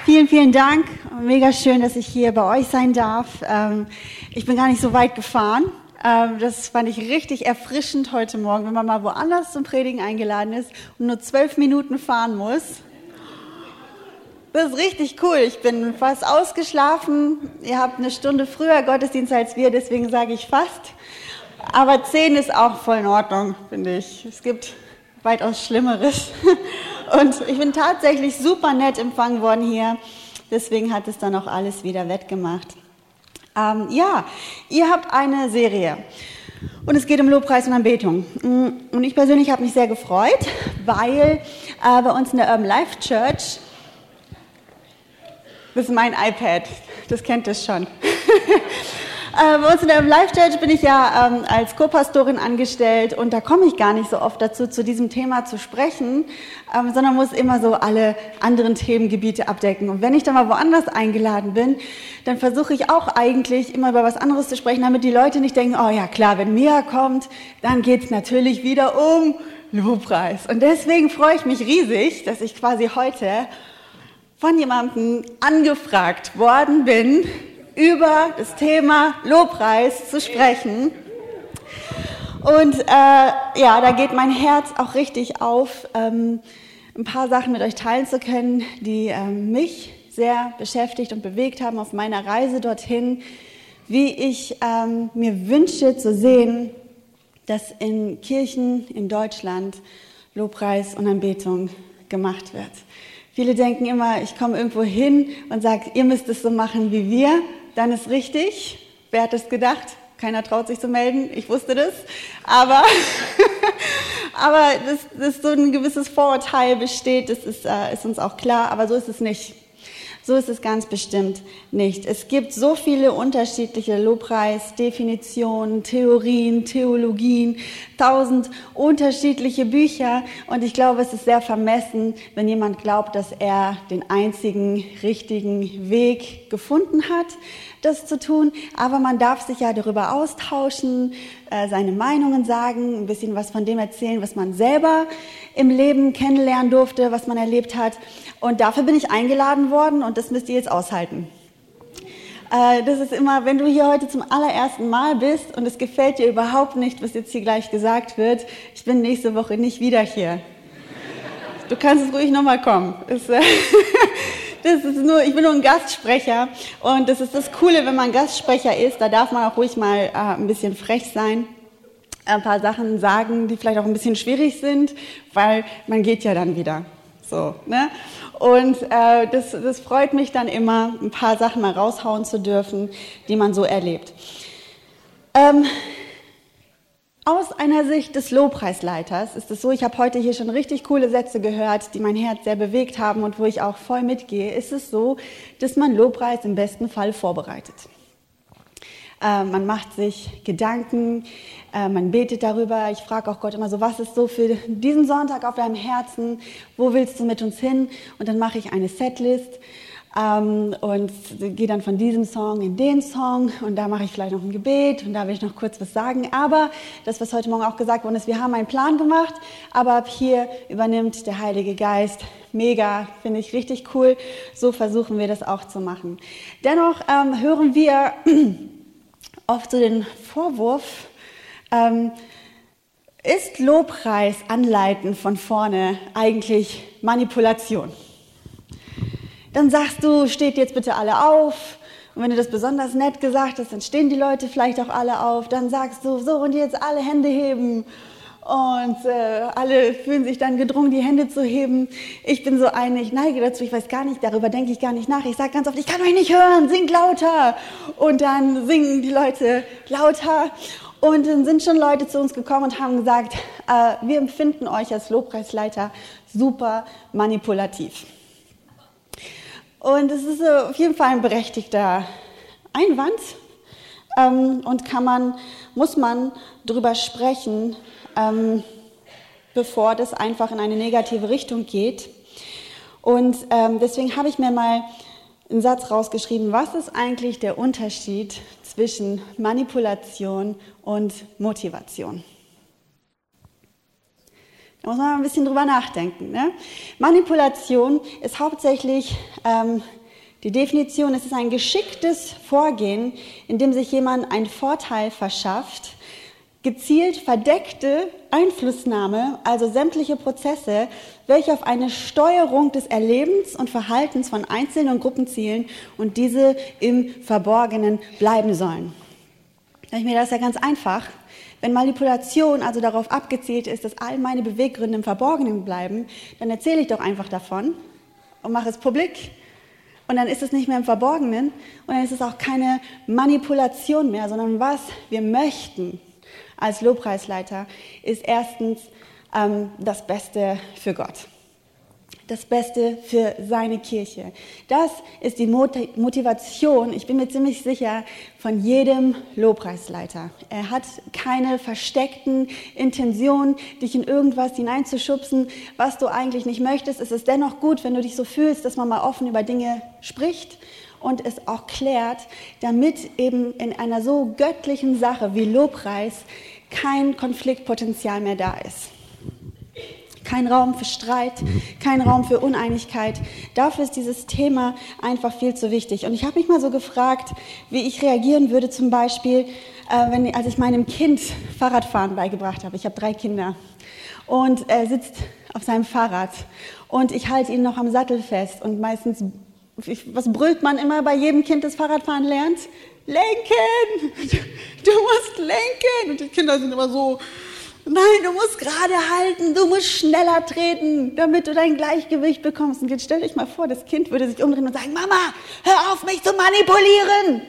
vielen, vielen Dank. Mega schön, dass ich hier bei euch sein darf. Ich bin gar nicht so weit gefahren. Das fand ich richtig erfrischend heute Morgen, wenn man mal woanders zum Predigen eingeladen ist und nur 12 Minuten fahren muss. Das ist richtig cool. Ich bin fast ausgeschlafen. Ihr habt eine Stunde früher Gottesdienst als wir, deswegen sage ich fast. Aber 10 ist auch voll in Ordnung, finde ich. Es gibt weitaus Schlimmeres. Und ich bin tatsächlich super nett empfangen worden hier. Deswegen hat es dann auch alles wieder wettgemacht. Ihr habt eine Serie. Und es geht um Lobpreis und Anbetung. Und ich persönlich habe mich sehr gefreut, weil bei uns in der Urban Life Church, das ist mein iPad, das kennt ihr schon. Bei uns in der Life Church bin ich ja als Co-Pastorin angestellt und da komme ich gar nicht so oft dazu, zu diesem Thema zu sprechen, sondern muss immer so alle anderen Themengebiete abdecken. Und wenn ich dann mal woanders eingeladen bin, dann versuche ich auch eigentlich immer über was anderes zu sprechen, damit die Leute nicht denken, oh ja klar, wenn Mia kommt, dann geht's natürlich wieder um Lobpreis. Und deswegen freue ich mich riesig, dass ich quasi heute von jemandem angefragt worden bin, über das Thema Lobpreis zu sprechen. Und da geht mein Herz auch richtig auf, ein paar Sachen mit euch teilen zu können, die mich sehr beschäftigt und bewegt haben auf meiner Reise dorthin, wie ich mir wünsche zu sehen, dass in Kirchen in Deutschland Lobpreis und Anbetung gemacht wird. Viele denken immer, ich komme irgendwo hin und sage, ihr müsst es so machen wie wir. Dann ist richtig. Wer hat es gedacht? Keiner traut sich zu melden. Ich wusste das. Aber dass so ein gewisses Vorurteil besteht, das ist uns auch klar. Aber so ist es nicht. So ist es ganz bestimmt nicht. Es gibt so viele unterschiedliche Lobpreisdefinitionen, Theorien, Theologien, 1000 unterschiedliche Bücher. Und ich glaube, es ist sehr vermessen, wenn jemand glaubt, dass er den einzigen richtigen Weg gefunden hat, das zu tun. Aber man darf sich ja darüber austauschen, seine Meinungen sagen, ein bisschen was von dem erzählen, was man selber im Leben kennenlernen durfte, was man erlebt hat. Und dafür bin ich eingeladen worden und das müsst ihr jetzt aushalten. Das ist immer, wenn du hier heute zum allerersten Mal bist und es gefällt dir überhaupt nicht, was jetzt hier gleich gesagt wird, ich bin nächste Woche nicht wieder hier. Du kannst es ruhig nochmal kommen. Ich bin nur ein Gastsprecher und das ist das Coole, wenn man Gastsprecher ist, da darf man auch ruhig mal ein bisschen frech sein, ein paar Sachen sagen, die vielleicht auch ein bisschen schwierig sind, weil man geht ja dann wieder. So, ne? Und das freut mich dann immer, ein paar Sachen mal raushauen zu dürfen, die man so erlebt. Aus einer Sicht des Lobpreisleiters ist es so, ich habe heute hier schon richtig coole Sätze gehört, die mein Herz sehr bewegt haben und wo ich auch voll mitgehe, ist es so, dass man Lobpreis im besten Fall vorbereitet. Man macht sich Gedanken, man betet darüber. Ich frage auch Gott immer so, was ist so für diesen Sonntag auf deinem Herzen? Wo willst du mit uns hin? Und dann mache ich eine Setlist und gehe dann von diesem Song in den Song und da mache ich vielleicht noch ein Gebet und da will ich noch kurz was sagen. Aber das, was heute Morgen auch gesagt worden ist, wir haben einen Plan gemacht, aber ab hier übernimmt der Heilige Geist. Mega, finde ich richtig cool. So versuchen wir das auch zu machen. Dennoch hören wir oft so den Vorwurf, ist Lobpreis anleiten von vorne eigentlich Manipulation? Dann sagst du, steht jetzt bitte alle auf. Und wenn du das besonders nett gesagt hast, dann stehen die Leute vielleicht auch alle auf. Dann sagst du, so und jetzt alle Hände heben. Und alle fühlen sich dann gedrungen, die Hände zu heben. Ich bin so eine, ich neige dazu, ich weiß gar nicht, darüber denke ich gar nicht nach. Ich sage ganz oft, ich kann euch nicht hören, singt lauter. Und dann singen die Leute lauter. Und dann sind schon Leute zu uns gekommen und haben gesagt, wir empfinden euch als Lobpreisleiter super manipulativ. Und es ist auf jeden Fall ein berechtigter Einwand und muss man drüber sprechen, bevor das einfach in eine negative Richtung geht. Und deswegen habe ich mir mal einen Satz rausgeschrieben, was ist eigentlich der Unterschied zwischen Manipulation und Motivation? Da muss man mal ein bisschen drüber nachdenken. Ne? Manipulation ist hauptsächlich Die Definition, es ist ein geschicktes Vorgehen, in dem sich jemand einen Vorteil verschafft, gezielt verdeckte Einflussnahme, also sämtliche Prozesse, welche auf eine Steuerung des Erlebens und Verhaltens von Einzelnen und Gruppen zielen und diese im Verborgenen bleiben sollen. Da ich mir, das ist ja ganz einfach. Wenn Manipulation also darauf abgezielt ist, dass all meine Beweggründe im Verborgenen bleiben, dann erzähle ich doch einfach davon und mache es publik. Und dann ist es nicht mehr im Verborgenen und dann ist es auch keine Manipulation mehr, sondern was wir möchten als Lobpreisleiter ist erstens das Beste für Gott. Das Beste für seine Kirche. Das ist die Motivation, ich bin mir ziemlich sicher, von jedem Lobpreisleiter. Er hat keine versteckten Intentionen, dich in irgendwas hineinzuschubsen, was du eigentlich nicht möchtest. Es ist dennoch gut, wenn du dich so fühlst, dass man mal offen über Dinge spricht und es auch klärt, damit eben in einer so göttlichen Sache wie Lobpreis kein Konfliktpotenzial mehr da ist. Kein Raum für Streit, kein Raum für Uneinigkeit. Dafür ist dieses Thema einfach viel zu wichtig. Und ich habe mich mal so gefragt, wie ich reagieren würde zum Beispiel, als ich meinem Kind Fahrradfahren beigebracht habe. Ich habe 3 Kinder und er sitzt auf seinem Fahrrad und ich halte ihn noch am Sattel fest und meistens, was brüllt man immer bei jedem Kind, das Fahrradfahren lernt? Lenken! Du musst lenken! Und die Kinder sind immer so, nein, du musst gerade halten, du musst schneller treten, damit du dein Gleichgewicht bekommst. Und jetzt stell dich mal vor, das Kind würde sich umdrehen und sagen, Mama, hör auf, mich zu manipulieren!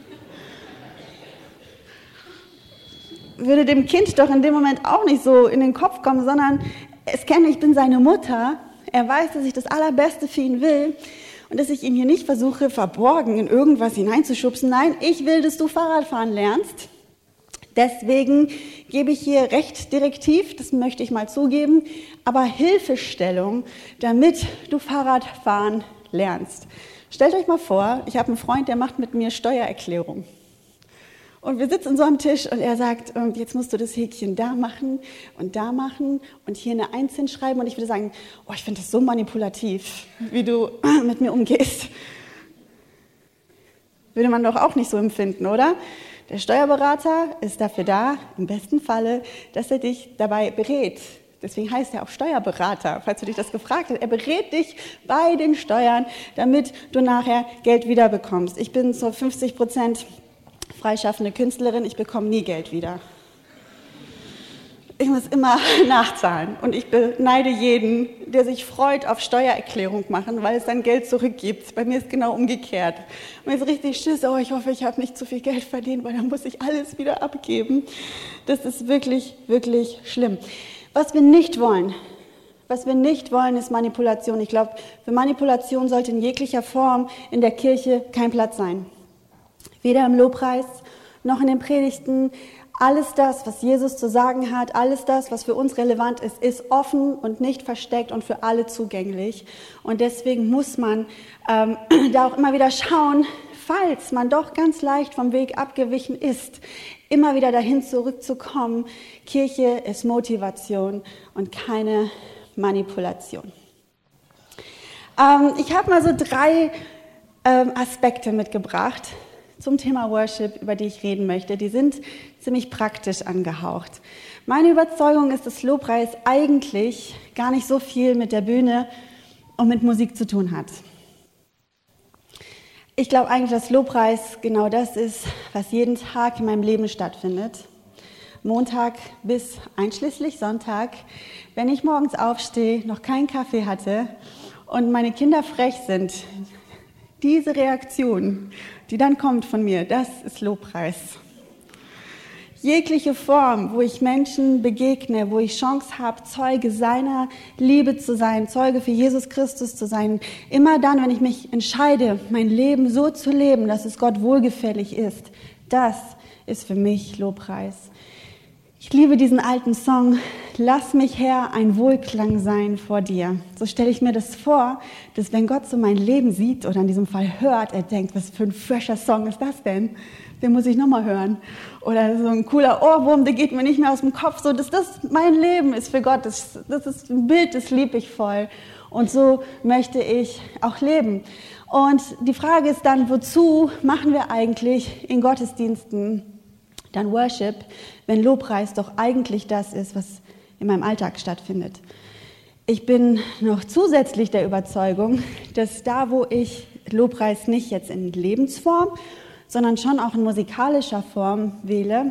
Würde dem Kind doch in dem Moment auch nicht so in den Kopf kommen, sondern es kennt, ich bin seine Mutter, er weiß, dass ich das Allerbeste für ihn will. Und dass ich ihn hier nicht versuche, verborgen in irgendwas hineinzuschubsen. Nein, ich will, dass du Fahrradfahren lernst. Deswegen gebe ich hier recht direktiv, das möchte ich mal zugeben, aber Hilfestellung, damit du Fahrradfahren lernst. Stellt euch mal vor, ich habe einen Freund, der macht mit mir Steuererklärung. Und wir sitzen so am Tisch und er sagt, jetzt musst du das Häkchen da machen und hier eine 1 hinschreiben. Und ich würde sagen, oh, ich finde das so manipulativ, wie du mit mir umgehst. Würde man doch auch nicht so empfinden, oder? Der Steuerberater ist dafür da, im besten Falle, dass er dich dabei berät. Deswegen heißt er auch Steuerberater, falls du dich das gefragt hast. Er berät dich bei den Steuern, damit du nachher Geld wiederbekommst. Ich bin zu 50% freischaffende Künstlerin, ich bekomme nie Geld wieder. Ich muss immer nachzahlen und ich beneide jeden, der sich freut auf Steuererklärung machen, weil es dann Geld zurückgibt. Bei mir ist genau umgekehrt. Mir ist richtig Schiss, oh, ich hoffe, ich habe nicht zu viel Geld verdient, weil dann muss ich alles wieder abgeben. Das ist wirklich, wirklich schlimm. Was wir nicht wollen, ist Manipulation. Ich glaube, für Manipulation sollte in jeglicher Form in der Kirche kein Platz sein. Weder im Lobpreis noch in den Predigten. Alles das, was Jesus zu sagen hat, alles das, was für uns relevant ist, ist offen und nicht versteckt und für alle zugänglich. Und deswegen muss man da auch immer wieder schauen, falls man doch ganz leicht vom Weg abgewichen ist, immer wieder dahin zurückzukommen. Kirche ist Motivation und keine Manipulation. Ich habe mal so 3 Aspekte mitgebracht zum Thema Worship, über die ich reden möchte. Die sind ziemlich praktisch angehaucht. Meine Überzeugung ist, dass Lobpreis eigentlich gar nicht so viel mit der Bühne und mit Musik zu tun hat. Ich glaube eigentlich, dass Lobpreis genau das ist, was jeden Tag in meinem Leben stattfindet. Montag bis einschließlich Sonntag, wenn ich morgens aufstehe, noch keinen Kaffee hatte und meine Kinder frech sind. Diese Reaktion, die dann kommt von mir, das ist Lobpreis. Jegliche Form, wo ich Menschen begegne, wo ich Chance habe, Zeuge seiner Liebe zu sein, Zeuge für Jesus Christus zu sein, immer dann, wenn ich mich entscheide, mein Leben so zu leben, dass es Gott wohlgefällig ist, das ist für mich Lobpreis. Ich liebe diesen alten Song, lass mich Herr ein Wohlklang sein vor dir. So stelle ich mir das vor, dass wenn Gott so mein Leben sieht oder in diesem Fall hört, er denkt, was für ein fresher Song ist das denn? Den muss ich nochmal hören. Oder so ein cooler Ohrwurm, der geht mir nicht mehr aus dem Kopf. So, dass das mein Leben ist für Gott. Das ist ein Bild, das liebe ich voll. Und so möchte ich auch leben. Und die Frage ist dann, wozu machen wir eigentlich in Gottesdiensten dann Worship, wenn Lobpreis doch eigentlich das ist, was in meinem Alltag stattfindet? Ich bin noch zusätzlich der Überzeugung, dass da, wo ich Lobpreis nicht jetzt in Lebensform, sondern schon auch in musikalischer Form wähle,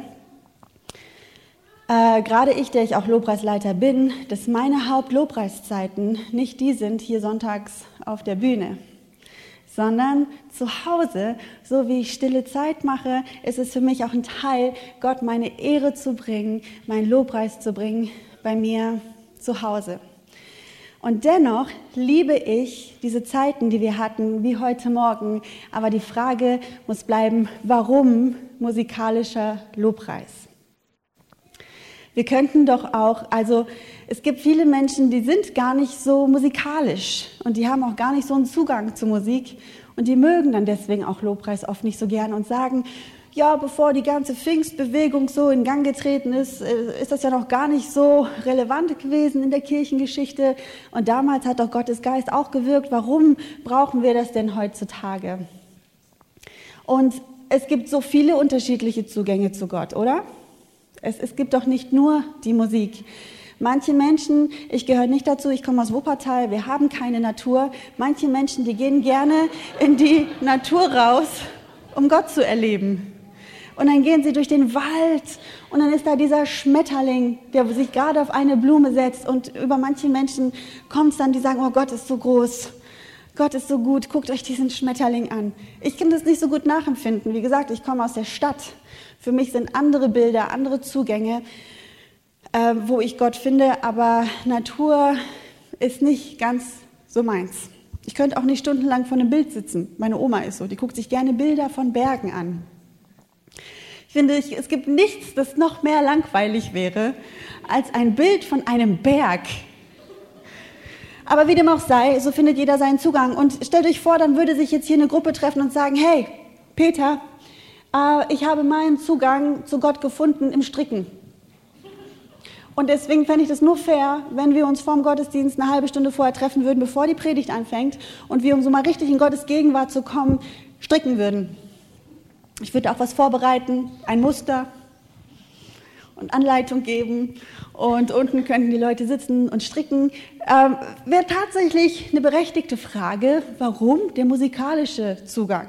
gerade ich, der ich auch Lobpreisleiter bin, dass meine Hauptlobpreiszeiten nicht die sind, hier sonntags auf der Bühne, sondern zu Hause, so wie ich stille Zeit mache, ist es für mich auch ein Teil, Gott meine Ehre zu bringen, meinen Lobpreis zu bringen bei mir zu Hause. Und dennoch liebe ich diese Zeiten, die wir hatten, wie heute Morgen. Aber die Frage muss bleiben, warum musikalischer Lobpreis? Wir könnten doch auch, also es gibt viele Menschen, die sind gar nicht so musikalisch und die haben auch gar nicht so einen Zugang zu Musik und die mögen dann deswegen auch Lobpreis oft nicht so gern und sagen, ja, bevor die ganze Pfingstbewegung so in Gang getreten ist, ist das ja noch gar nicht so relevant gewesen in der Kirchengeschichte und damals hat doch Gottes Geist auch gewirkt. Warum brauchen wir das denn heutzutage? Und es gibt so viele unterschiedliche Zugänge zu Gott, oder? Es gibt doch nicht nur die Musik. Manche Menschen, ich gehöre nicht dazu, ich komme aus Wuppertal, wir haben keine Natur. Manche Menschen, die gehen gerne in die Natur raus, um Gott zu erleben. Und dann gehen sie durch den Wald und dann ist da dieser Schmetterling, der sich gerade auf eine Blume setzt. Und über manche Menschen kommt es dann, die sagen, oh, Gott ist so groß, Gott ist so gut, guckt euch diesen Schmetterling an. Ich kann das nicht so gut nachempfinden. Wie gesagt, ich komme aus der Stadt. Für mich sind andere Bilder, andere Zugänge, wo ich Gott finde, aber Natur ist nicht ganz so meins. Ich könnte auch nicht stundenlang vor einem Bild sitzen. Meine Oma ist so, die guckt sich gerne Bilder von Bergen an. Ich finde, es gibt nichts, das noch mehr langweilig wäre, als ein Bild von einem Berg. Aber wie dem auch sei, so findet jeder seinen Zugang. Und stellt euch vor, dann würde sich jetzt hier eine Gruppe treffen und sagen, hey, Peter, ich habe meinen Zugang zu Gott gefunden im Stricken. Und deswegen fände ich das nur fair, wenn wir uns vorm Gottesdienst eine halbe Stunde vorher treffen würden, bevor die Predigt anfängt und wir, um so mal richtig in Gottes Gegenwart zu kommen, stricken würden. Ich würde auch was vorbereiten, ein Muster und Anleitung geben und unten könnten die Leute sitzen und stricken. Wäre tatsächlich eine berechtigte Frage, warum der musikalische Zugang?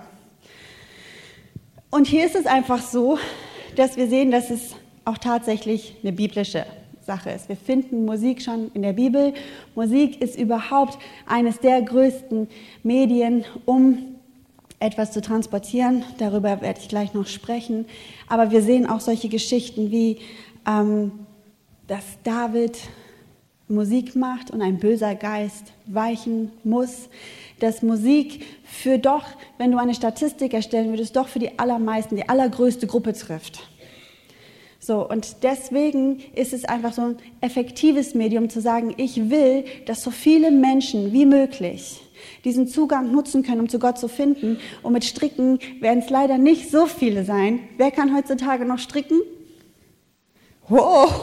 Und hier ist es einfach so, dass wir sehen, dass es auch tatsächlich eine biblische Sache ist. Wir finden Musik schon in der Bibel. Musik ist überhaupt eines der größten Medien, um etwas zu transportieren. Darüber werde ich gleich noch sprechen. Aber wir sehen auch solche Geschichten wie, dass David Musik macht und ein böser Geist weichen muss. Dass Musik für doch, wenn du eine Statistik erstellen würdest, doch für die allermeisten, die allergrößte Gruppe trifft. So, und deswegen ist es einfach so ein effektives Medium zu sagen, ich will, dass so viele Menschen wie möglich diesen Zugang nutzen können, um zu Gott zu finden. Und mit Stricken werden es leider nicht so viele sein. Wer kann heutzutage noch stricken? Wow!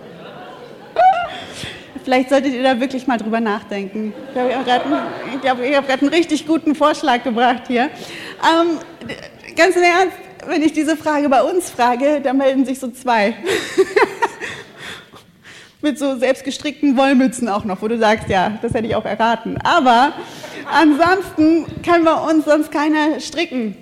Vielleicht solltet ihr da wirklich mal drüber nachdenken. Ich glaube, ich habe gerade einen richtig guten Vorschlag gebracht hier. Ganz im Ernst, wenn ich diese Frage bei uns frage, dann melden sich so 2. Mit so selbstgestrickten Wollmützen auch noch, wo du sagst, ja, das hätte ich auch erraten. Aber ansonsten kann bei uns sonst keiner stricken.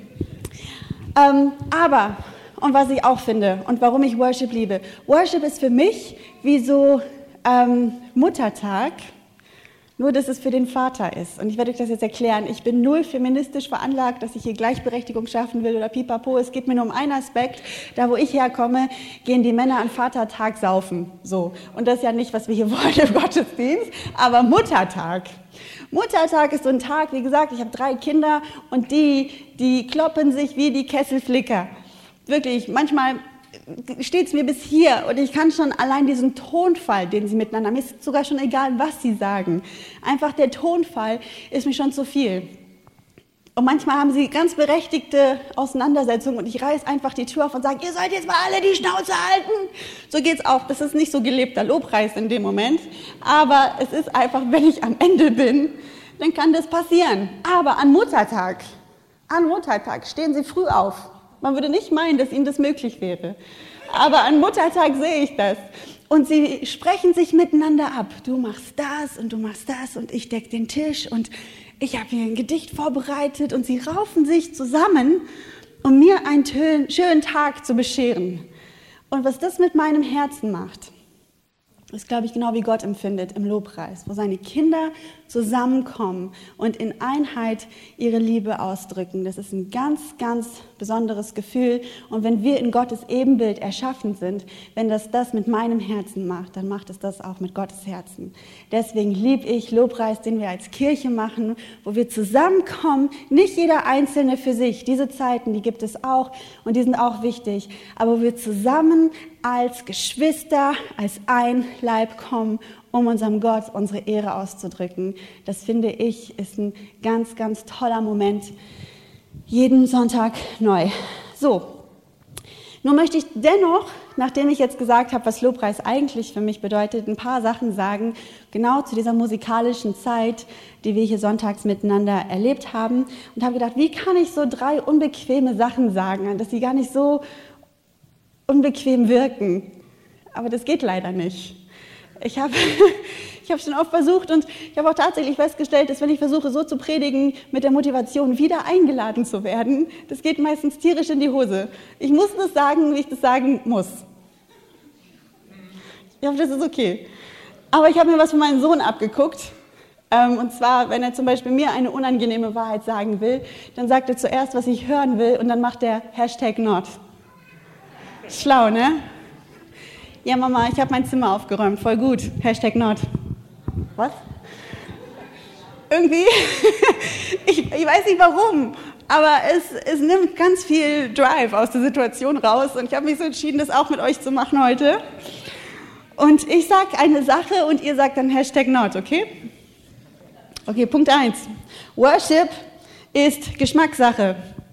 Aber, und was ich auch finde und warum ich Worship liebe, Worship ist für mich wie so Muttertag, nur dass es für den Vater ist. Und ich werde euch das jetzt erklären. Ich bin null feministisch veranlagt, dass ich hier Gleichberechtigung schaffen will oder pipapo. Es geht mir nur um einen Aspekt. Da, wo ich herkomme, gehen die Männer an Vatertag saufen. So. Und das ist ja nicht, was wir hier wollen im Gottesdienst, aber Muttertag. Muttertag ist so ein Tag, wie gesagt, ich habe 3 Kinder und die kloppen sich wie die Kesselflicker. Wirklich, manchmal steht es mir bis hier und ich kann schon allein diesen Tonfall, den sie miteinander haben, mir ist sogar schon egal, was sie sagen. Einfach der Tonfall ist mir schon zu viel. Und manchmal haben sie ganz berechtigte Auseinandersetzungen und ich reiß einfach die Tür auf und sage, ihr sollt jetzt mal alle die Schnauze halten. So geht's auch. Das ist nicht so gelebter Lobpreis in dem Moment, aber es ist einfach, wenn ich am Ende bin, dann kann das passieren. Aber an Muttertag stehen sie früh auf. Man würde nicht meinen, dass ihnen das möglich wäre. Aber an Muttertag sehe ich das. Und sie sprechen sich miteinander ab. Du machst das und ich decke den Tisch und ich habe hier ein Gedicht vorbereitet. Und sie raufen sich zusammen, um mir einen schönen Tag zu bescheren. Und was das mit meinem Herzen macht, ist, glaube ich, genau wie Gott empfindet im Lobpreis, wo seine Kinder zusammenkommen und in Einheit ihre Liebe ausdrücken. Das ist ein ganz, ganz besonderes Gefühl. Und wenn wir in Gottes Ebenbild erschaffen sind, wenn das mit meinem Herzen macht, dann macht es das auch mit Gottes Herzen. Deswegen liebe ich Lobpreis, den wir als Kirche machen, wo wir zusammenkommen, nicht jeder Einzelne für sich. Diese Zeiten, die gibt es auch und die sind auch wichtig. Aber wo wir zusammen als Geschwister, als ein Leib kommen, um unserem Gott unsere Ehre auszudrücken. Das finde ich, ist ein ganz, ganz toller Moment. Jeden Sonntag neu. So, nun möchte ich dennoch, nachdem ich jetzt gesagt habe, was Lobpreis eigentlich für mich bedeutet, ein paar Sachen sagen, genau zu dieser musikalischen Zeit, die wir hier sonntags miteinander erlebt haben. Und habe gedacht, wie kann ich so 3 unbequeme Sachen sagen, dass sie gar nicht so unbequem wirken. Aber das geht leider nicht. Ich habe schon oft versucht und ich habe auch tatsächlich festgestellt, dass wenn ich versuche, so zu predigen, mit der Motivation, wieder eingeladen zu werden, das geht meistens tierisch in die Hose. Ich muss das sagen, wie ich das sagen muss. Ich hoffe, das ist okay. Aber ich habe mir was von meinem Sohn abgeguckt. Und zwar, wenn er zum Beispiel mir eine unangenehme Wahrheit sagen will, dann sagt er zuerst, was ich hören will und dann macht er #not. Schlau, ne? Ja, Mama, ich habe mein Zimmer aufgeräumt, voll gut. #not. Was? Irgendwie, ich weiß nicht warum, aber es nimmt ganz viel Drive aus der Situation raus und ich habe mich so entschieden, das auch mit euch zu machen heute. Und ich sage eine Sache und ihr sagt dann #not, okay? Okay, Punkt 1. Worship ist Geschmackssache.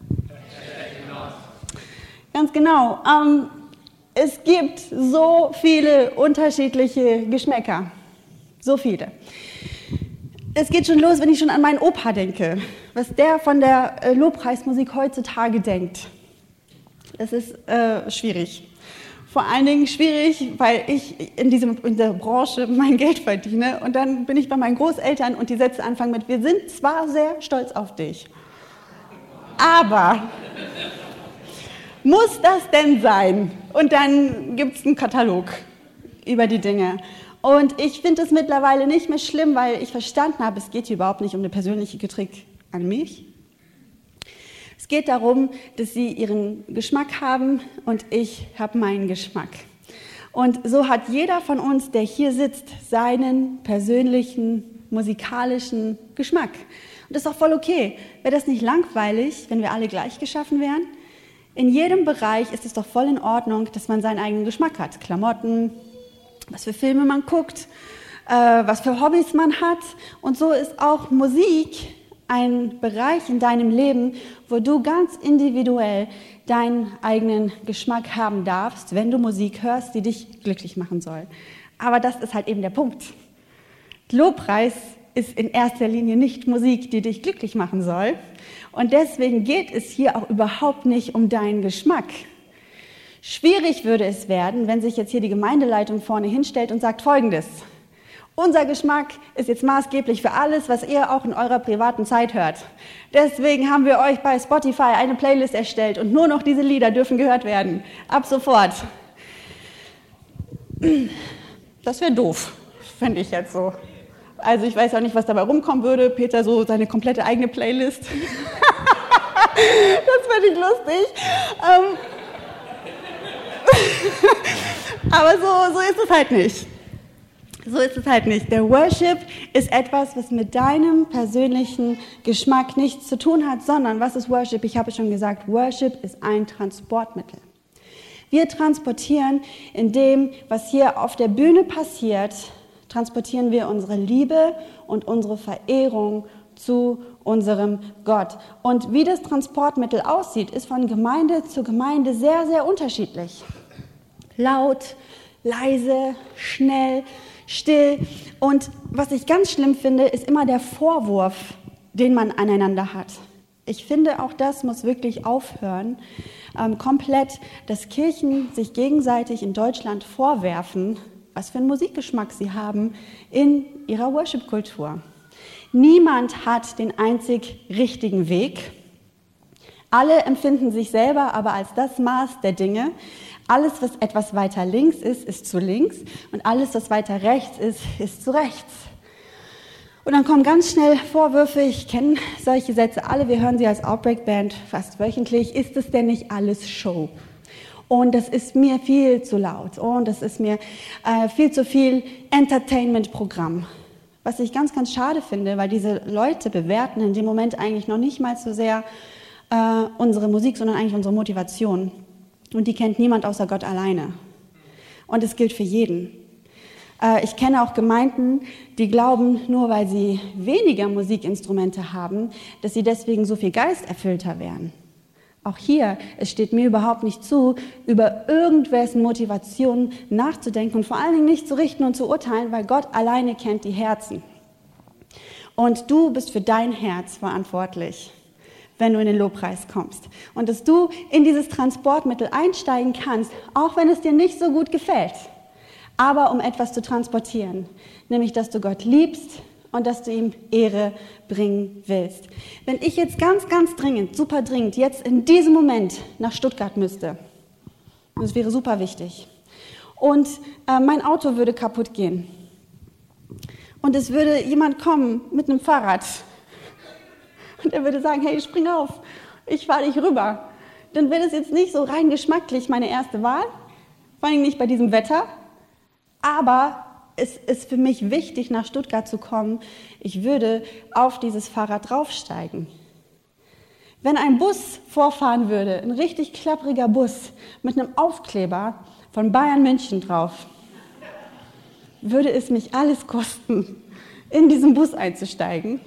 Ganz genau. Es gibt so viele unterschiedliche Geschmäcker. So viele. Es geht schon los, wenn ich schon an meinen Opa denke. Was der von der Lobpreismusik heutzutage denkt. Das ist schwierig. Vor allen Dingen schwierig, weil ich in der Branche mein Geld verdiene. Und dann bin ich bei meinen Großeltern und die Sätze anfangen mit: Wir sind zwar sehr stolz auf dich, aber... Muss das denn sein? Und dann gibt es einen Katalog über die Dinge. Und ich finde es mittlerweile nicht mehr schlimm, weil ich verstanden habe, es geht hier überhaupt nicht um eine persönliche Kritik an mich. Es geht darum, dass sie ihren Geschmack haben und ich habe meinen Geschmack. Und so hat jeder von uns, der hier sitzt, seinen persönlichen musikalischen Geschmack. Und das ist auch voll okay. Wäre das nicht langweilig, wenn wir alle gleich geschaffen wären? In jedem Bereich ist es doch voll in Ordnung, dass man seinen eigenen Geschmack hat. Klamotten, was für Filme man guckt, was für Hobbys man hat. Und so ist auch Musik ein Bereich in deinem Leben, wo du ganz individuell deinen eigenen Geschmack haben darfst, wenn du Musik hörst, die dich glücklich machen soll. Aber das ist halt eben der Punkt. Lobpreis ist in erster Linie nicht Musik, die dich glücklich machen soll. Und deswegen geht es hier auch überhaupt nicht um deinen Geschmack. Schwierig würde es werden, wenn sich jetzt hier die Gemeindeleitung vorne hinstellt und sagt Folgendes: Unser Geschmack ist jetzt maßgeblich für alles, was ihr auch in eurer privaten Zeit hört. Deswegen haben wir euch bei Spotify eine Playlist erstellt und nur noch diese Lieder dürfen gehört werden. Ab sofort. Das wäre doof, finde ich jetzt so. Also ich weiß auch nicht, was dabei rumkommen würde. Peter so seine komplette eigene Playlist. Das fände ich lustig. Aber so ist es halt nicht. So ist es halt nicht. Der Worship ist etwas, was mit deinem persönlichen Geschmack nichts zu tun hat, sondern was ist Worship? Ich habe schon gesagt, Worship ist ein Transportmittel. Wir transportieren in dem, was hier auf der Bühne passiert, transportieren wir unsere Liebe und unsere Verehrung zu unserem Gott. Und wie das Transportmittel aussieht, ist von Gemeinde zu Gemeinde sehr, sehr unterschiedlich. Laut, leise, schnell, still. Und was ich ganz schlimm finde, ist immer der Vorwurf, den man aneinander hat. Ich finde, auch das muss wirklich aufhören, komplett, dass Kirchen sich gegenseitig in Deutschland vorwerfen, was für einen Musikgeschmack sie haben in ihrer Worship-Kultur. Niemand hat den einzig richtigen Weg. Alle empfinden sich selber aber als das Maß der Dinge. Alles, was etwas weiter links ist zu links. Und alles, was weiter rechts ist zu rechts. Und dann kommen ganz schnell Vorwürfe, ich kenne solche Sätze alle, wir hören sie als Outbreak-Band fast wöchentlich. Ist es denn nicht alles Show? Und das ist mir viel zu laut. Und das ist mir viel zu viel Entertainment-Programm. Was ich ganz, ganz schade finde, weil diese Leute bewerten in dem Moment eigentlich noch nicht mal so sehr unsere Musik, sondern eigentlich unsere Motivation. Und die kennt niemand außer Gott alleine. Und es gilt für jeden. Ich kenne auch Gemeinden, die glauben, nur weil sie weniger Musikinstrumente haben, dass sie deswegen so viel geisterfüllter wären. Auch hier, es steht mir überhaupt nicht zu, über irgendwessen Motivationen nachzudenken und vor allen Dingen nicht zu richten und zu urteilen, weil Gott alleine kennt die Herzen. Und du bist für dein Herz verantwortlich, wenn du in den Lobpreis kommst. Und dass du in dieses Transportmittel einsteigen kannst, auch wenn es dir nicht so gut gefällt. Aber um etwas zu transportieren, nämlich, dass du Gott liebst und dass du ihm Ehre bringen willst. Wenn ich jetzt ganz, ganz dringend, super dringend, jetzt in diesem Moment nach Stuttgart müsste, und es wäre super wichtig, und mein Auto würde kaputt gehen und es würde jemand kommen mit einem Fahrrad und er würde sagen, hey, spring auf, ich fahre dich rüber, dann wäre das jetzt nicht so rein geschmacklich meine erste Wahl, vor allem nicht bei diesem Wetter. Aber es ist für mich wichtig, nach Stuttgart zu kommen. Ich würde auf dieses Fahrrad draufsteigen. Wenn ein Bus vorfahren würde, ein richtig klappriger Bus mit einem Aufkleber von Bayern München drauf, würde es mich alles kosten, in diesen Bus einzusteigen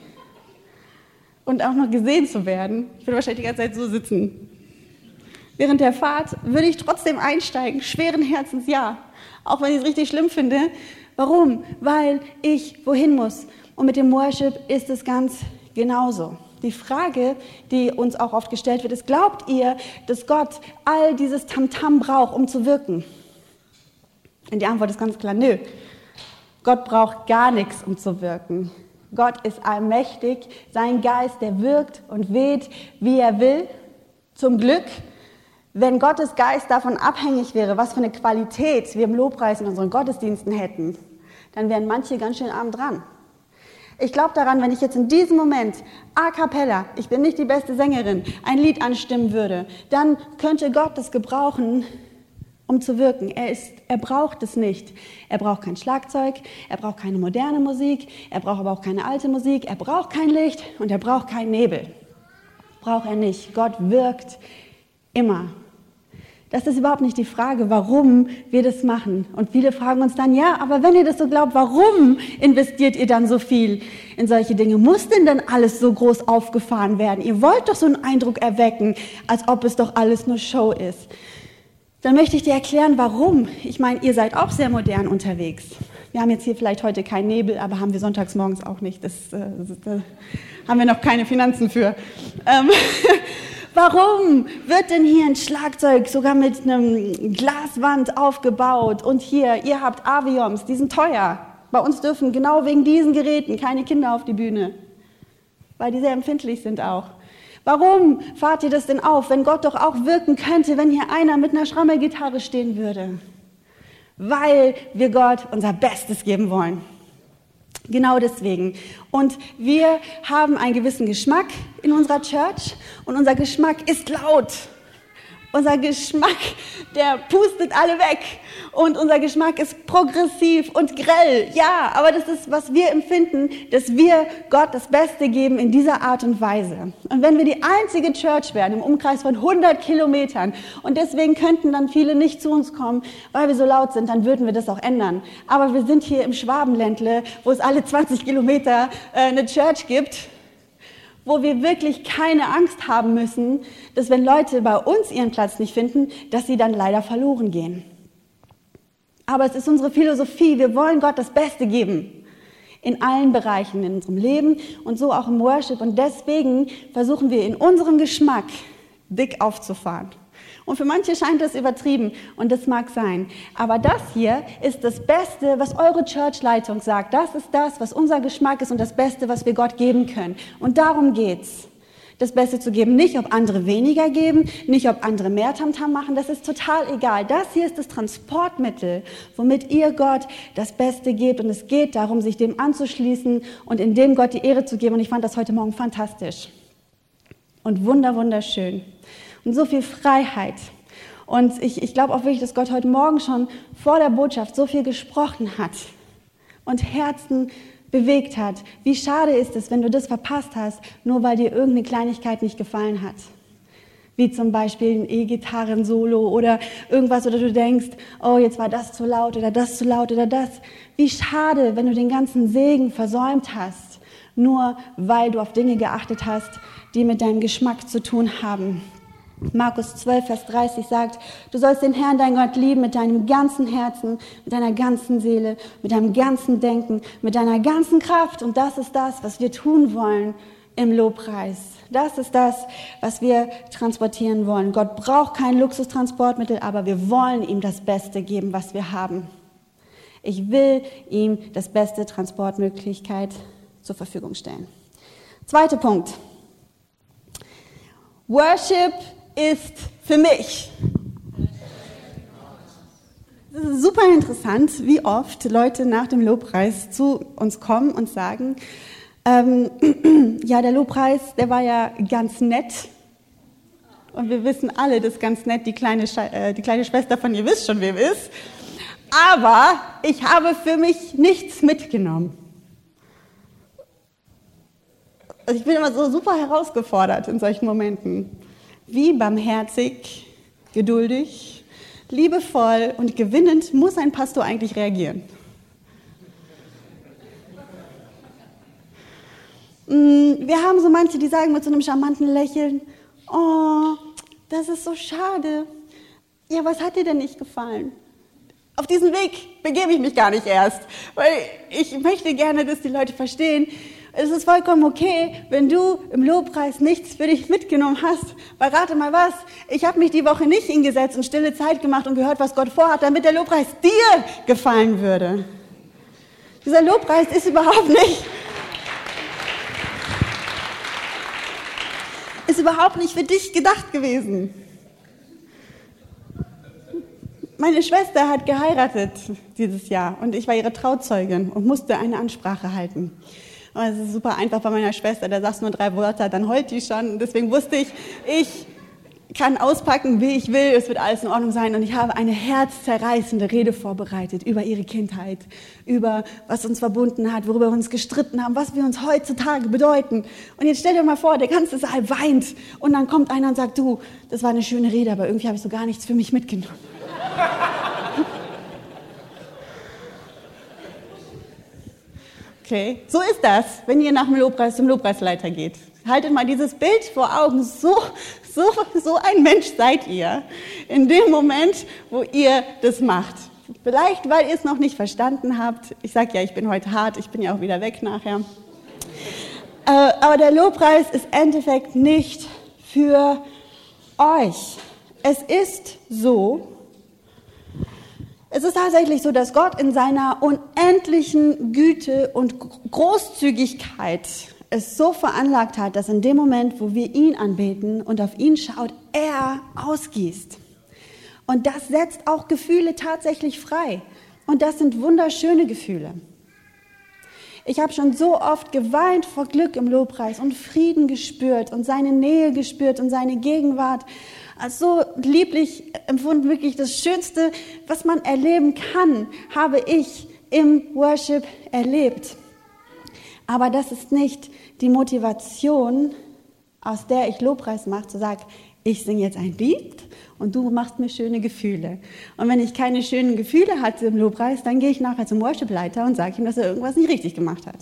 und auch noch gesehen zu werden. Ich würde wahrscheinlich die ganze Zeit so sitzen. Während der Fahrt würde ich trotzdem einsteigen, schweren Herzens ja. Auch wenn ich es richtig schlimm finde. Warum? Weil ich wohin muss. Und mit dem Worship ist es ganz genauso. Die Frage, die uns auch oft gestellt wird, ist, glaubt ihr, dass Gott all dieses Tamtam braucht, um zu wirken? Und die Antwort ist ganz klar, nö. Gott braucht gar nichts, um zu wirken. Gott ist allmächtig. Sein Geist, der wirkt und weht, wie er will. Zum Glück. Wenn Gottes Geist davon abhängig wäre, was für eine Qualität wir im Lobpreis in unseren Gottesdiensten hätten, dann wären manche ganz schön arm dran. Ich glaube daran, wenn ich jetzt in diesem Moment a cappella, ich bin nicht die beste Sängerin, ein Lied anstimmen würde, dann könnte Gott das gebrauchen, um zu wirken. Er braucht es nicht. Er braucht kein Schlagzeug, er braucht keine moderne Musik, er braucht aber auch keine alte Musik, er braucht kein Licht und er braucht keinen Nebel. Braucht er nicht. Gott wirkt immer. Das ist überhaupt nicht die Frage, warum wir das machen. Und viele fragen uns dann, ja, aber wenn ihr das so glaubt, warum investiert ihr dann so viel in solche Dinge? Muss denn dann alles so groß aufgefahren werden? Ihr wollt doch so einen Eindruck erwecken, als ob es doch alles nur Show ist. Dann möchte ich dir erklären, warum. Ich meine, ihr seid auch sehr modern unterwegs. Wir haben jetzt hier vielleicht heute keinen Nebel, aber haben wir sonntags morgens auch nicht. Da haben wir noch keine Finanzen für. Warum wird denn hier ein Schlagzeug sogar mit einem Glaswand aufgebaut? Und hier, ihr habt Avions, die sind teuer. Bei uns dürfen genau wegen diesen Geräten keine Kinder auf die Bühne, weil die sehr empfindlich sind auch. Warum fahrt ihr das denn auf, wenn Gott doch auch wirken könnte, wenn hier einer mit einer Schrammelgitarre stehen würde? Weil wir Gott unser Bestes geben wollen. Genau deswegen. Und wir haben einen gewissen Geschmack in unserer Church und unser Geschmack ist laut. Unser Geschmack, der pustet alle weg und unser Geschmack ist progressiv und grell. Ja, aber das ist, was wir empfinden, dass wir Gott das Beste geben in dieser Art und Weise. Und wenn wir die einzige Church wären im Umkreis von 100 Kilometern und deswegen könnten dann viele nicht zu uns kommen, weil wir so laut sind, dann würden wir das auch ändern. Aber wir sind hier im Schwabenländle, wo es alle 20 Kilometer eine Church gibt, wo wir wirklich keine Angst haben müssen, dass wenn Leute bei uns ihren Platz nicht finden, dass sie dann leider verloren gehen. Aber es ist unsere Philosophie, wir wollen Gott das Beste geben. In allen Bereichen in unserem Leben und so auch im Worship. Und deswegen versuchen wir in unserem Geschmack dick aufzufahren. Und für manche scheint das übertrieben und das mag sein. Aber das hier ist das Beste, was eure Church-Leitung sagt. Das ist das, was unser Geschmack ist und das Beste, was wir Gott geben können. Und darum geht's. Das Beste zu geben, nicht ob andere weniger geben, nicht ob andere mehr Tamtam machen, das ist total egal. Das hier ist das Transportmittel, womit ihr Gott das Beste gebt. Und es geht darum, sich dem anzuschließen und in dem Gott die Ehre zu geben. Und ich fand das heute Morgen fantastisch und wunderschön. Und so viel Freiheit. Und ich glaube auch wirklich, dass Gott heute Morgen schon vor der Botschaft so viel gesprochen hat und Herzen bewegt hat. Wie schade ist es, wenn du das verpasst hast, nur weil dir irgendeine Kleinigkeit nicht gefallen hat. Wie zum Beispiel ein E-Gitarren-Solo oder irgendwas, oder du denkst, oh, jetzt war das zu laut oder das zu laut oder das. Wie schade, wenn du den ganzen Segen versäumt hast, nur weil du auf Dinge geachtet hast, die mit deinem Geschmack zu tun haben. Markus 12, Vers 30 sagt, du sollst den Herrn, dein Gott, lieben mit deinem ganzen Herzen, mit deiner ganzen Seele, mit deinem ganzen Denken, mit deiner ganzen Kraft. Und das ist das, was wir tun wollen im Lobpreis. Das ist das, was wir transportieren wollen. Gott braucht kein Luxustransportmittel, aber wir wollen ihm das Beste geben, was wir haben. Ich will ihm das beste Transportmöglichkeit zur Verfügung stellen. Zweiter Punkt. Worship ist für mich. Es ist super interessant, wie oft Leute nach dem Lobpreis zu uns kommen und sagen, ja, der Lobpreis, der war ja ganz nett. Und wir wissen alle, das ist ganz nett, die kleine Schwester von ihr wisst schon, wer es ist. Aber ich habe für mich nichts mitgenommen. Also ich bin immer so super herausgefordert in solchen Momenten. Wie barmherzig, geduldig, liebevoll und gewinnend muss ein Pastor eigentlich reagieren? Wir haben so manche, die sagen mit so einem charmanten Lächeln, oh, das ist so schade. Ja, was hat dir denn nicht gefallen? Auf diesen Weg begebe ich mich gar nicht erst, weil ich möchte gerne, dass die Leute verstehen, es ist vollkommen okay, wenn du im Lobpreis nichts für dich mitgenommen hast. Weil rate mal was, ich habe mich die Woche nicht hingesetzt und stille Zeit gemacht und gehört, was Gott vorhat, damit der Lobpreis dir gefallen würde. Dieser Lobpreis ist überhaupt nicht für dich gedacht gewesen. Meine Schwester hat geheiratet dieses Jahr und ich war ihre Trauzeugin und musste eine Ansprache halten. Und es ist super einfach bei meiner Schwester, da sagst du nur 3 Wörter, dann heult die schon. Und deswegen wusste ich kann auspacken, wie ich will, es wird alles in Ordnung sein. Und ich habe eine herzzerreißende Rede vorbereitet über ihre Kindheit, über was uns verbunden hat, worüber wir uns gestritten haben, was wir uns heutzutage bedeuten. Und jetzt stell dir mal vor, der ganze Saal weint und dann kommt einer und sagt, du, das war eine schöne Rede, aber irgendwie habe ich so gar nichts für mich mitgenommen. Okay, so ist das, wenn ihr nach dem Lobpreis zum Lobpreisleiter geht. Haltet mal dieses Bild vor Augen, so ein Mensch seid ihr in dem Moment, wo ihr das macht. Vielleicht, weil ihr es noch nicht verstanden habt. Ich sage ja, ich bin heute hart, ich bin ja auch wieder weg nachher. Aber der Lobpreis ist im Endeffekt nicht für euch. Es ist tatsächlich so, dass Gott in seiner unendlichen Güte und Großzügigkeit es so veranlagt hat, dass in dem Moment, wo wir ihn anbeten und auf ihn schaut, er ausgießt. Und das setzt auch Gefühle tatsächlich frei. Und das sind wunderschöne Gefühle. Ich habe schon so oft geweint vor Glück im Lobpreis und Frieden gespürt und seine Nähe gespürt und seine Gegenwart. Als so lieblich empfunden, wirklich das Schönste, was man erleben kann, habe ich im Worship erlebt. Aber das ist nicht die Motivation, aus der ich Lobpreis mache, zu sagen, ich singe jetzt ein Lied und du machst mir schöne Gefühle. Und wenn ich keine schönen Gefühle hatte im Lobpreis, dann gehe ich nachher zum Worship-Leiter und sage ihm, dass er irgendwas nicht richtig gemacht hat.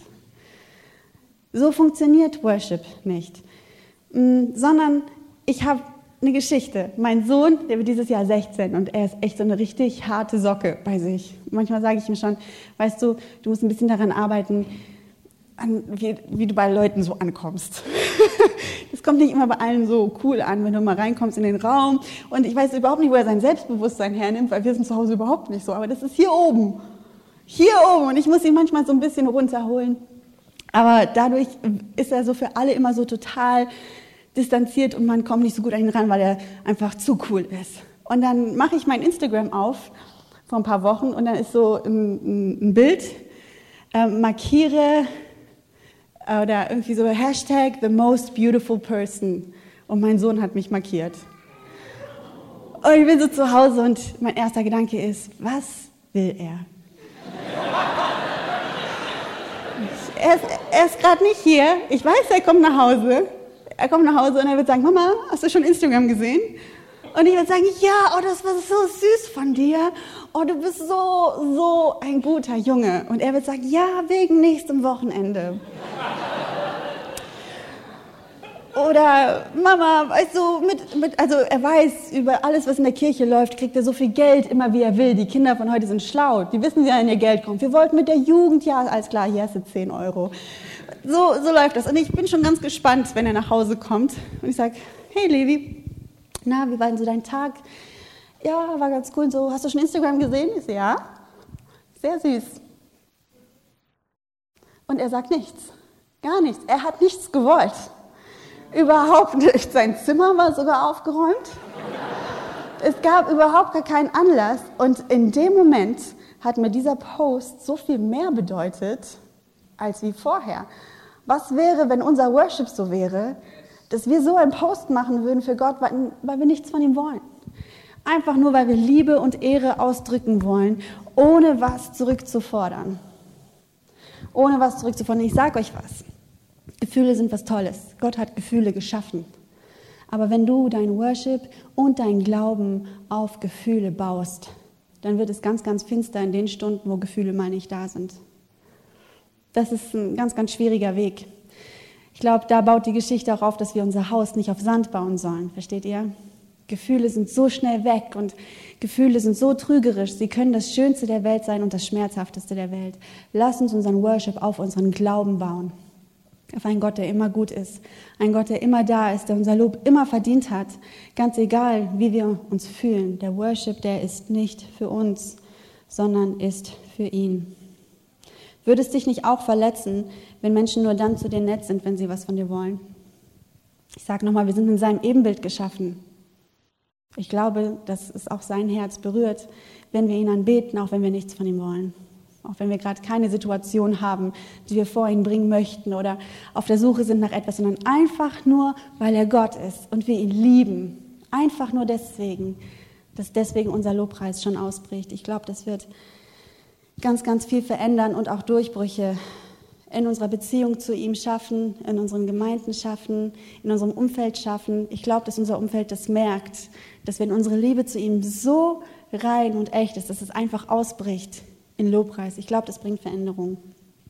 So funktioniert Worship nicht, sondern ich habe eine Geschichte. Mein Sohn, der wird dieses Jahr 16 und er ist echt so eine richtig harte Socke bei sich. Manchmal sage ich ihm schon, weißt du, du musst ein bisschen daran arbeiten, wie du bei Leuten so ankommst. Das kommt nicht immer bei allen so cool an, wenn du mal reinkommst in den Raum. Und ich weiß überhaupt nicht, wo er sein Selbstbewusstsein hernimmt, weil wir sind zu Hause überhaupt nicht so. Aber das ist hier oben. Hier oben. Und ich muss ihn manchmal so ein bisschen runterholen. Aber dadurch ist er so für alle immer so total distanziert und man kommt nicht so gut an ihn ran, weil er einfach zu cool ist. Und dann mache ich mein Instagram auf vor ein paar Wochen und dann ist so ein Bild, markiere oder irgendwie so Hashtag the most beautiful person. Und mein Sohn hat mich markiert. Und ich bin so zu Hause und mein erster Gedanke ist, was will er? Er ist gerade nicht hier. Ich weiß, er kommt nach Hause. Er kommt nach Hause und er wird sagen, Mama, hast du schon Instagram gesehen? Und ich würde sagen, ja, oh, das war so süß von dir. Oh, du bist so ein guter Junge. Und er wird sagen, ja, wegen nächstem Wochenende. Oder Mama, weißt du, also er weiß, über alles, was in der Kirche läuft, kriegt er so viel Geld, immer wie er will. Die Kinder von heute sind schlau, die wissen ja, wenn ihr Geld kommt. Wir wollten mit der Jugend, ja, alles klar, hier hast du 10 Euro. So läuft das. Und ich bin schon ganz gespannt, wenn er nach Hause kommt. Und ich sage, hey Levi, na, wie war denn so dein Tag? Ja, war ganz cool. So, hast du schon Instagram gesehen? Ich so, ja. Sehr süß. Und er sagt nichts. Gar nichts. Er hat nichts gewollt. Überhaupt nicht. Sein Zimmer war sogar aufgeräumt. Es gab überhaupt gar keinen Anlass. Und in dem Moment hat mir dieser Post so viel mehr bedeutet, als wie vorher. Was wäre, wenn unser Worship so wäre, dass wir so einen Post machen würden für Gott, weil wir nichts von ihm wollen. Einfach nur, weil wir Liebe und Ehre ausdrücken wollen, ohne was zurückzufordern. Ohne was zurückzufordern. Ich sage euch was. Gefühle sind was Tolles. Gott hat Gefühle geschaffen. Aber wenn du dein Worship und dein Glauben auf Gefühle baust, dann wird es ganz, ganz finster in den Stunden, wo Gefühle mal nicht da sind. Das ist ein ganz, ganz schwieriger Weg. Ich glaube, da baut die Geschichte auch auf, dass wir unser Haus nicht auf Sand bauen sollen. Versteht ihr? Gefühle sind so schnell weg und Gefühle sind so trügerisch. Sie können das Schönste der Welt sein und das Schmerzhafteste der Welt. Lass uns unseren Worship auf unseren Glauben bauen. Auf einen Gott, der immer gut ist. Ein Gott, der immer da ist, der unser Lob immer verdient hat. Ganz egal, wie wir uns fühlen. Der Worship, der ist nicht für uns, sondern ist für ihn. Würde es dich nicht auch verletzen, wenn Menschen nur dann zu dir nett sind, wenn sie was von dir wollen? Ich sage nochmal, wir sind in seinem Ebenbild geschaffen. Ich glaube, dass es auch sein Herz berührt, wenn wir ihn anbeten, auch wenn wir nichts von ihm wollen. Auch wenn wir gerade keine Situation haben, die wir vor ihn bringen möchten oder auf der Suche sind nach etwas, sondern einfach nur, weil er Gott ist und wir ihn lieben. Einfach nur deswegen, dass deswegen unser Lobpreis schon ausbricht. Ich glaube, das wird ganz, ganz viel verändern und auch Durchbrüche in unserer Beziehung zu ihm schaffen, in unseren Gemeinden schaffen, in unserem Umfeld schaffen. Ich glaube, dass unser Umfeld das merkt, dass wenn unsere Liebe zu ihm so rein und echt ist, dass es einfach ausbricht in Lobpreis. Ich glaube, das bringt Veränderung.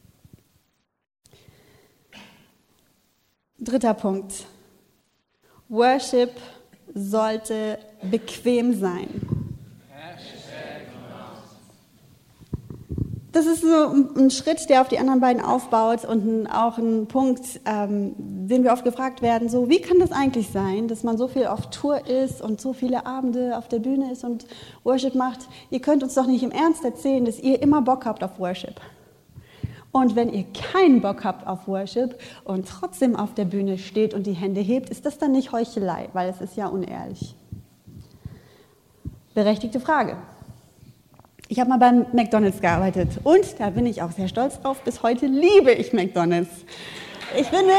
3. Punkt. Worship sollte bequem sein. Das ist so ein Schritt, der auf die anderen beiden aufbaut und auch ein Punkt, den wir oft gefragt werden, so wie kann das eigentlich sein, dass man so viel auf Tour ist und so viele Abende auf der Bühne ist und Worship macht. Ihr könnt uns doch nicht im Ernst erzählen, dass ihr immer Bock habt auf Worship. Und wenn ihr keinen Bock habt auf Worship und trotzdem auf der Bühne steht und die Hände hebt, ist das dann nicht Heuchelei, weil es ist ja unehrlich. Berechtigte Frage. Ich habe mal beim McDonald's gearbeitet und da bin ich auch sehr stolz drauf. Bis heute liebe ich McDonald's. Ich finde,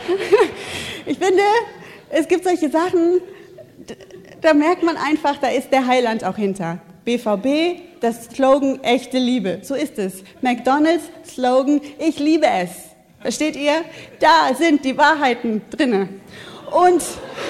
es gibt solche Sachen, da merkt man einfach, da ist der Heiland auch hinter. BVB, das Slogan echte Liebe. So ist es. McDonald's, Slogan, ich liebe es. Versteht ihr? Da sind die Wahrheiten drinne. Und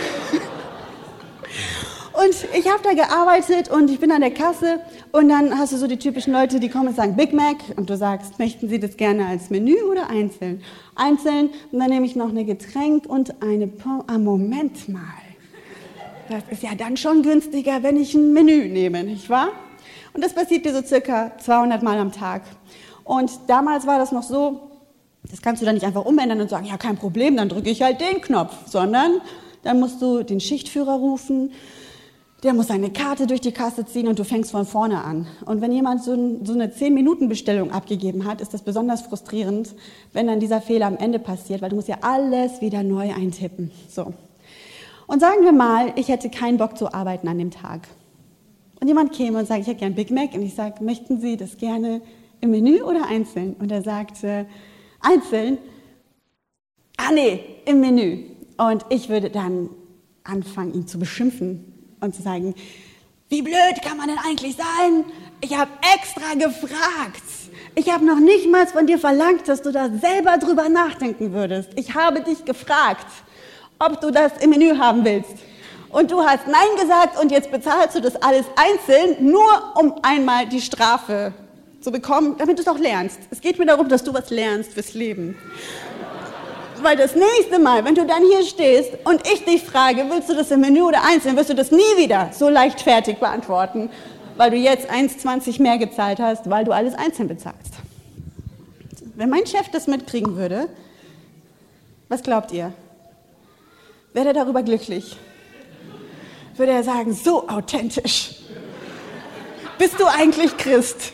ich habe da gearbeitet und ich bin an der Kasse und dann hast du so die typischen Leute, die kommen und sagen Big Mac und du sagst, möchten Sie das gerne als Menü oder einzeln? Einzeln und dann nehme ich noch ein Getränk und eine Moment mal. das ist ja dann schon günstiger, wenn ich ein Menü nehme, nicht wahr? Und das passiert dir so circa 200 Mal am Tag. Und damals war das noch so, das kannst du dann nicht einfach umändern und sagen, ja, kein Problem, dann drücke ich halt den Knopf, sondern dann musst du den Schichtführer rufen, der muss seine Karte durch die Kasse ziehen und du fängst von vorne an. Und wenn jemand so eine 10-Minuten-Bestellung abgegeben hat, ist das besonders frustrierend, wenn dann dieser Fehler am Ende passiert, weil du musst ja alles wieder neu eintippen. So. Und sagen wir mal, ich hätte keinen Bock zu arbeiten an dem Tag. Und jemand käme und sagt, ich hätte gern Big Mac. Und ich sage, möchten Sie das gerne im Menü oder einzeln? Und er sagt, einzeln. Ah nee, im Menü. Und ich würde dann anfangen, ihn zu beschimpfen und zu sagen, wie blöd kann man denn eigentlich sein? Ich habe extra gefragt. Ich habe noch nicht mal von dir verlangt, dass du da selber drüber nachdenken würdest. Ich habe dich gefragt, ob du das im Menü haben willst. Und du hast Nein gesagt und jetzt bezahlst du das alles einzeln, nur um einmal die Strafe zu bekommen, damit du es auch lernst. Es geht mir darum, dass du was lernst fürs Leben. Weil das nächste Mal, wenn du dann hier stehst und ich dich frage, willst du das im Menü oder einzeln, wirst du das nie wieder so leichtfertig beantworten, weil du jetzt 1,20 mehr gezahlt hast, weil du alles einzeln bezahlst. Wenn mein Chef das mitkriegen würde, was glaubt ihr? Wäre er darüber glücklich? Würde er sagen, so authentisch. Bist du eigentlich Christ?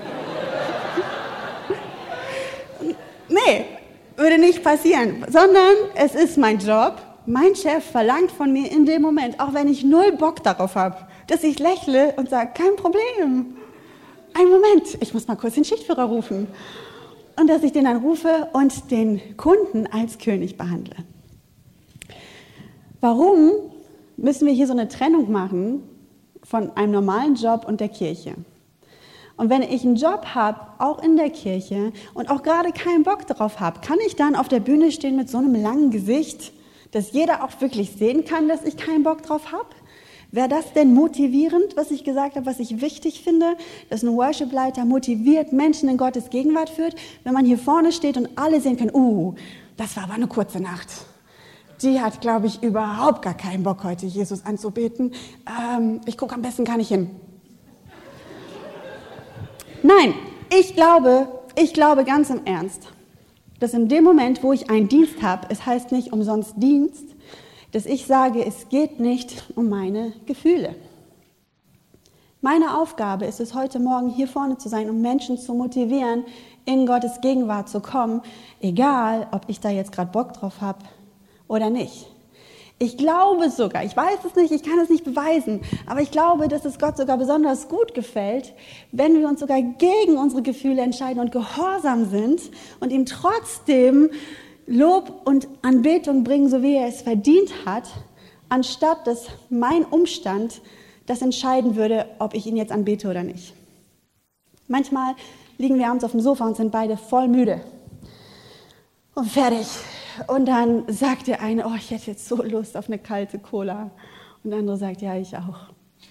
Nee. Würde nicht passieren, sondern es ist mein Job. Mein Chef verlangt von mir in dem Moment, auch wenn ich null Bock darauf habe, dass ich lächle und sage, kein Problem. Einen Moment, ich muss mal kurz den Schichtführer rufen. Und dass ich den dann rufe und den Kunden als König behandle. Warum müssen wir hier so eine Trennung machen von einem normalen Job und der Kirche? Und wenn ich einen Job habe, auch in der Kirche, und auch gerade keinen Bock darauf habe, kann ich dann auf der Bühne stehen mit so einem langen Gesicht, dass jeder auch wirklich sehen kann, dass ich keinen Bock drauf habe? Wäre das denn motivierend, was ich gesagt habe, was ich wichtig finde, dass ein Worship-Leiter motiviert Menschen in Gottes Gegenwart führt, wenn man hier vorne steht und alle sehen können, das war aber eine kurze Nacht. Die hat, glaube ich, überhaupt gar keinen Bock, heute Jesus anzubeten. Ich gucke am besten gar nicht hin. Nein, ich glaube ganz im Ernst, dass in dem Moment, wo ich einen Dienst habe, es heißt nicht umsonst Dienst, dass ich sage, es geht nicht um meine Gefühle. Meine Aufgabe ist es, heute Morgen hier vorne zu sein, um Menschen zu motivieren, in Gottes Gegenwart zu kommen, egal, ob ich da jetzt gerade Bock drauf habe oder nicht. Ich glaube sogar, ich weiß es nicht, ich kann es nicht beweisen, aber ich glaube, dass es Gott sogar besonders gut gefällt, wenn wir uns sogar gegen unsere Gefühle entscheiden und gehorsam sind und ihm trotzdem Lob und Anbetung bringen, so wie er es verdient hat, anstatt dass mein Umstand das entscheiden würde, ob ich ihn jetzt anbete oder nicht. Manchmal liegen wir abends auf dem Sofa und sind beide voll müde und fertig. Und dann sagt der eine, ich hätte jetzt so Lust auf eine kalte Cola. Und der andere sagt, ja, ich auch.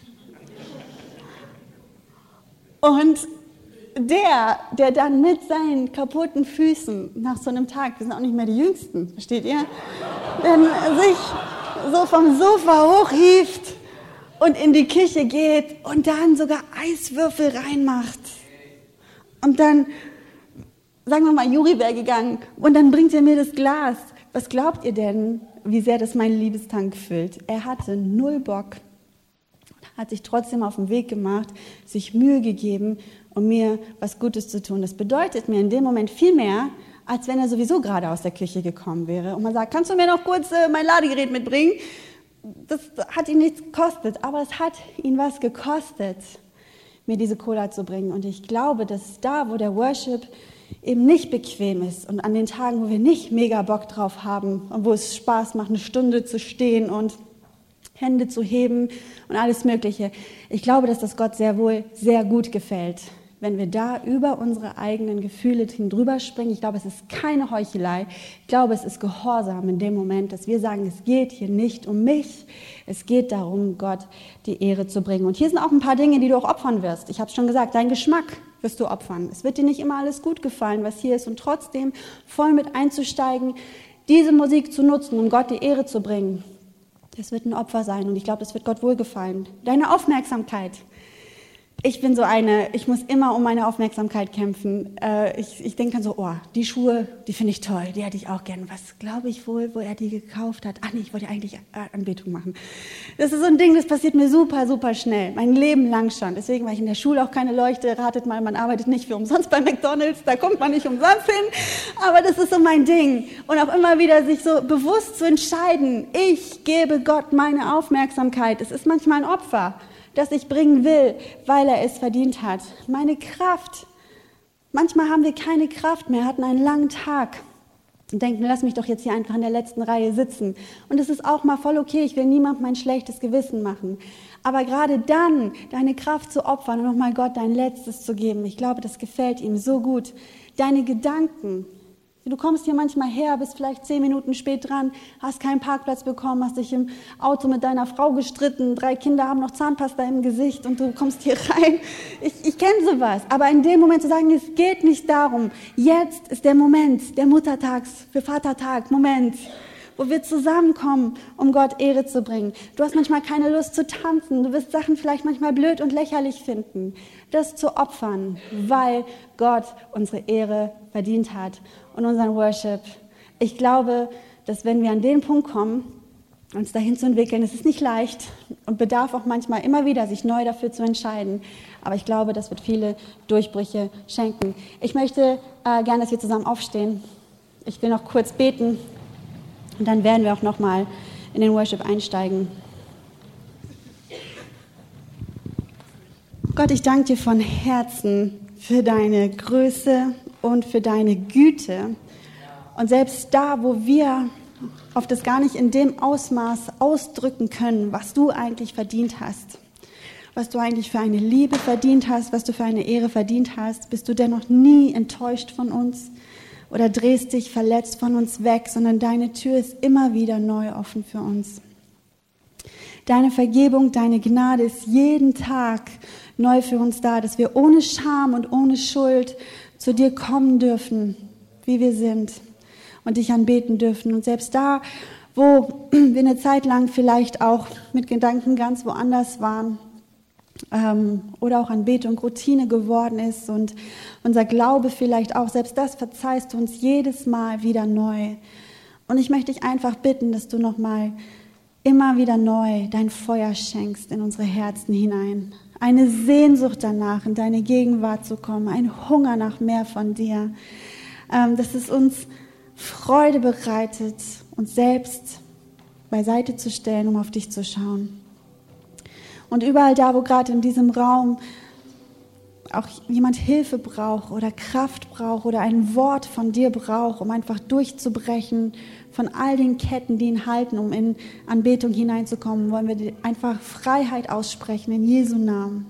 Und der dann mit seinen kaputten Füßen nach so einem Tag, wir sind auch nicht mehr die Jüngsten, versteht ihr? Dann sich so vom Sofa hochhieft und in die Küche geht und dann sogar Eiswürfel reinmacht. Und dann, sagen wir mal, Juri wäre gegangen und dann bringt er mir das Glas. Was glaubt ihr denn, wie sehr das meinen Liebestank füllt? Er hatte null Bock, hat sich trotzdem auf den Weg gemacht, sich Mühe gegeben, um mir was Gutes zu tun. Das bedeutet mir in dem Moment viel mehr, als wenn er sowieso gerade aus der Küche gekommen wäre. Und man sagt, kannst du mir noch kurz mein Ladegerät mitbringen? Das hat ihn nichts gekostet, aber es hat ihn was gekostet, mir diese Cola zu bringen. Und ich glaube, dass da, wo der Worship eben nicht bequem ist und an den Tagen, wo wir nicht mega Bock drauf haben und wo es Spaß macht, eine Stunde zu stehen und Hände zu heben und alles Mögliche. Ich glaube, dass das Gott sehr wohl sehr gut gefällt, wenn wir da über unsere eigenen Gefühle drüber springen. Ich glaube, es ist keine Heuchelei. Ich glaube, es ist Gehorsam in dem Moment, dass wir sagen, es geht hier nicht um mich. Es geht darum, Gott die Ehre zu bringen. Und hier sind auch ein paar Dinge, die du auch opfern wirst. Ich habe es schon gesagt, dein Geschmack wirst du opfern. Es wird dir nicht immer alles gut gefallen, was hier ist. Und trotzdem voll mit einzusteigen, diese Musik zu nutzen, um Gott die Ehre zu bringen. Das wird ein Opfer sein und ich glaube, das wird Gott wohlgefallen. Deine Aufmerksamkeit. Ich bin so eine, ich muss immer um meine Aufmerksamkeit kämpfen. Ich denke dann so, oh, die Schuhe, die finde ich toll, die hätte ich auch gern. Was glaube ich wohl, wo er die gekauft hat? Ach nee, ich wollte ja eigentlich Anbetung machen. Das ist so ein Ding, das passiert mir super, super schnell. Mein Leben lang schon. Deswegen war ich in der Schule auch keine Leuchte. Ratet mal, man arbeitet nicht für umsonst bei McDonald's, da kommt man nicht umsonst hin. Aber das ist so mein Ding. Und auch immer wieder sich so bewusst zu entscheiden, ich gebe Gott meine Aufmerksamkeit. Es ist manchmal ein Opfer, das ich bringen will, weil er es verdient hat. Meine Kraft. Manchmal haben wir keine Kraft mehr, hatten einen langen Tag und denken, lass mich doch jetzt hier einfach in der letzten Reihe sitzen. Und es ist auch mal voll okay, ich will niemandem mein schlechtes Gewissen machen. Aber gerade dann, deine Kraft zu opfern und nochmal Gott dein Letztes zu geben, ich glaube, das gefällt ihm so gut. Deine Gedanken. Du kommst hier manchmal her, bist vielleicht 10 Minuten spät dran, hast keinen Parkplatz bekommen, hast dich im Auto mit deiner Frau gestritten, 3 Kinder haben noch Zahnpasta im Gesicht und du kommst hier rein. Ich kenne sowas, aber in dem Moment zu sagen, es geht nicht darum, jetzt ist der Moment, der Muttertags, für Vatertag, Moment, wo wir zusammenkommen, um Gott Ehre zu bringen. Du hast manchmal keine Lust zu tanzen, du wirst Sachen vielleicht manchmal blöd und lächerlich finden. Das zu opfern, weil Gott unsere Ehre verdient hat und unseren Worship. Ich glaube, dass wenn wir an den Punkt kommen, uns dahin zu entwickeln, es ist nicht leicht und bedarf auch manchmal immer wieder, sich neu dafür zu entscheiden. Aber ich glaube, das wird viele Durchbrüche schenken. Ich möchte gerne, dass wir zusammen aufstehen. Ich will noch kurz beten. Und dann werden wir auch nochmal in den Worship einsteigen. Gott, ich danke dir von Herzen für deine Größe und für deine Güte. Und selbst da, wo wir oft das gar nicht in dem Ausmaß ausdrücken können, was du eigentlich verdient hast, was du eigentlich für eine Liebe verdient hast, was du für eine Ehre verdient hast, bist du dennoch nie enttäuscht von uns oder drehst dich verletzt von uns weg, sondern deine Tür ist immer wieder neu offen für uns. Deine Vergebung, deine Gnade ist jeden Tag neu für uns da, dass wir ohne Scham und ohne Schuld zu dir kommen dürfen, wie wir sind und dich anbeten dürfen. Und selbst da, wo wir eine Zeit lang vielleicht auch mit Gedanken ganz woanders waren, oder auch Anbetung Routine geworden ist und unser Glaube vielleicht auch, selbst das verzeihst du uns jedes Mal wieder neu. Und ich möchte dich einfach bitten, dass du nochmal immer wieder neu dein Feuer schenkst in unsere Herzen hinein. Eine Sehnsucht danach, in deine Gegenwart zu kommen, ein Hunger nach mehr von dir, dass es uns Freude bereitet, uns selbst beiseite zu stellen, um auf dich zu schauen. Und überall da, wo gerade in diesem Raum auch jemand Hilfe braucht oder Kraft braucht oder ein Wort von dir braucht, um einfach durchzubrechen von all den Ketten, die ihn halten, um in Anbetung hineinzukommen, wollen wir dir einfach Freiheit aussprechen in Jesu Namen.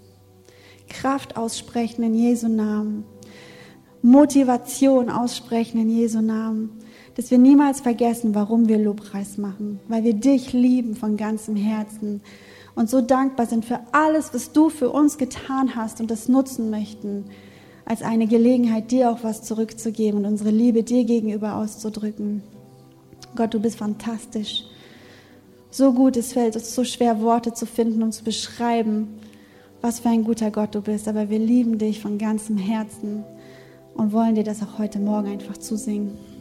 Kraft aussprechen in Jesu Namen. Motivation aussprechen in Jesu Namen. Dass wir niemals vergessen, warum wir Lobpreis machen, weil wir dich lieben von ganzem Herzen. Und so dankbar sind für alles, was du für uns getan hast und das nutzen möchten, als eine Gelegenheit, dir auch was zurückzugeben und unsere Liebe dir gegenüber auszudrücken. Gott, du bist fantastisch. So gut, es fällt uns so schwer, Worte zu finden und zu beschreiben, was für ein guter Gott du bist. Aber wir lieben dich von ganzem Herzen und wollen dir das auch heute Morgen einfach zusingen.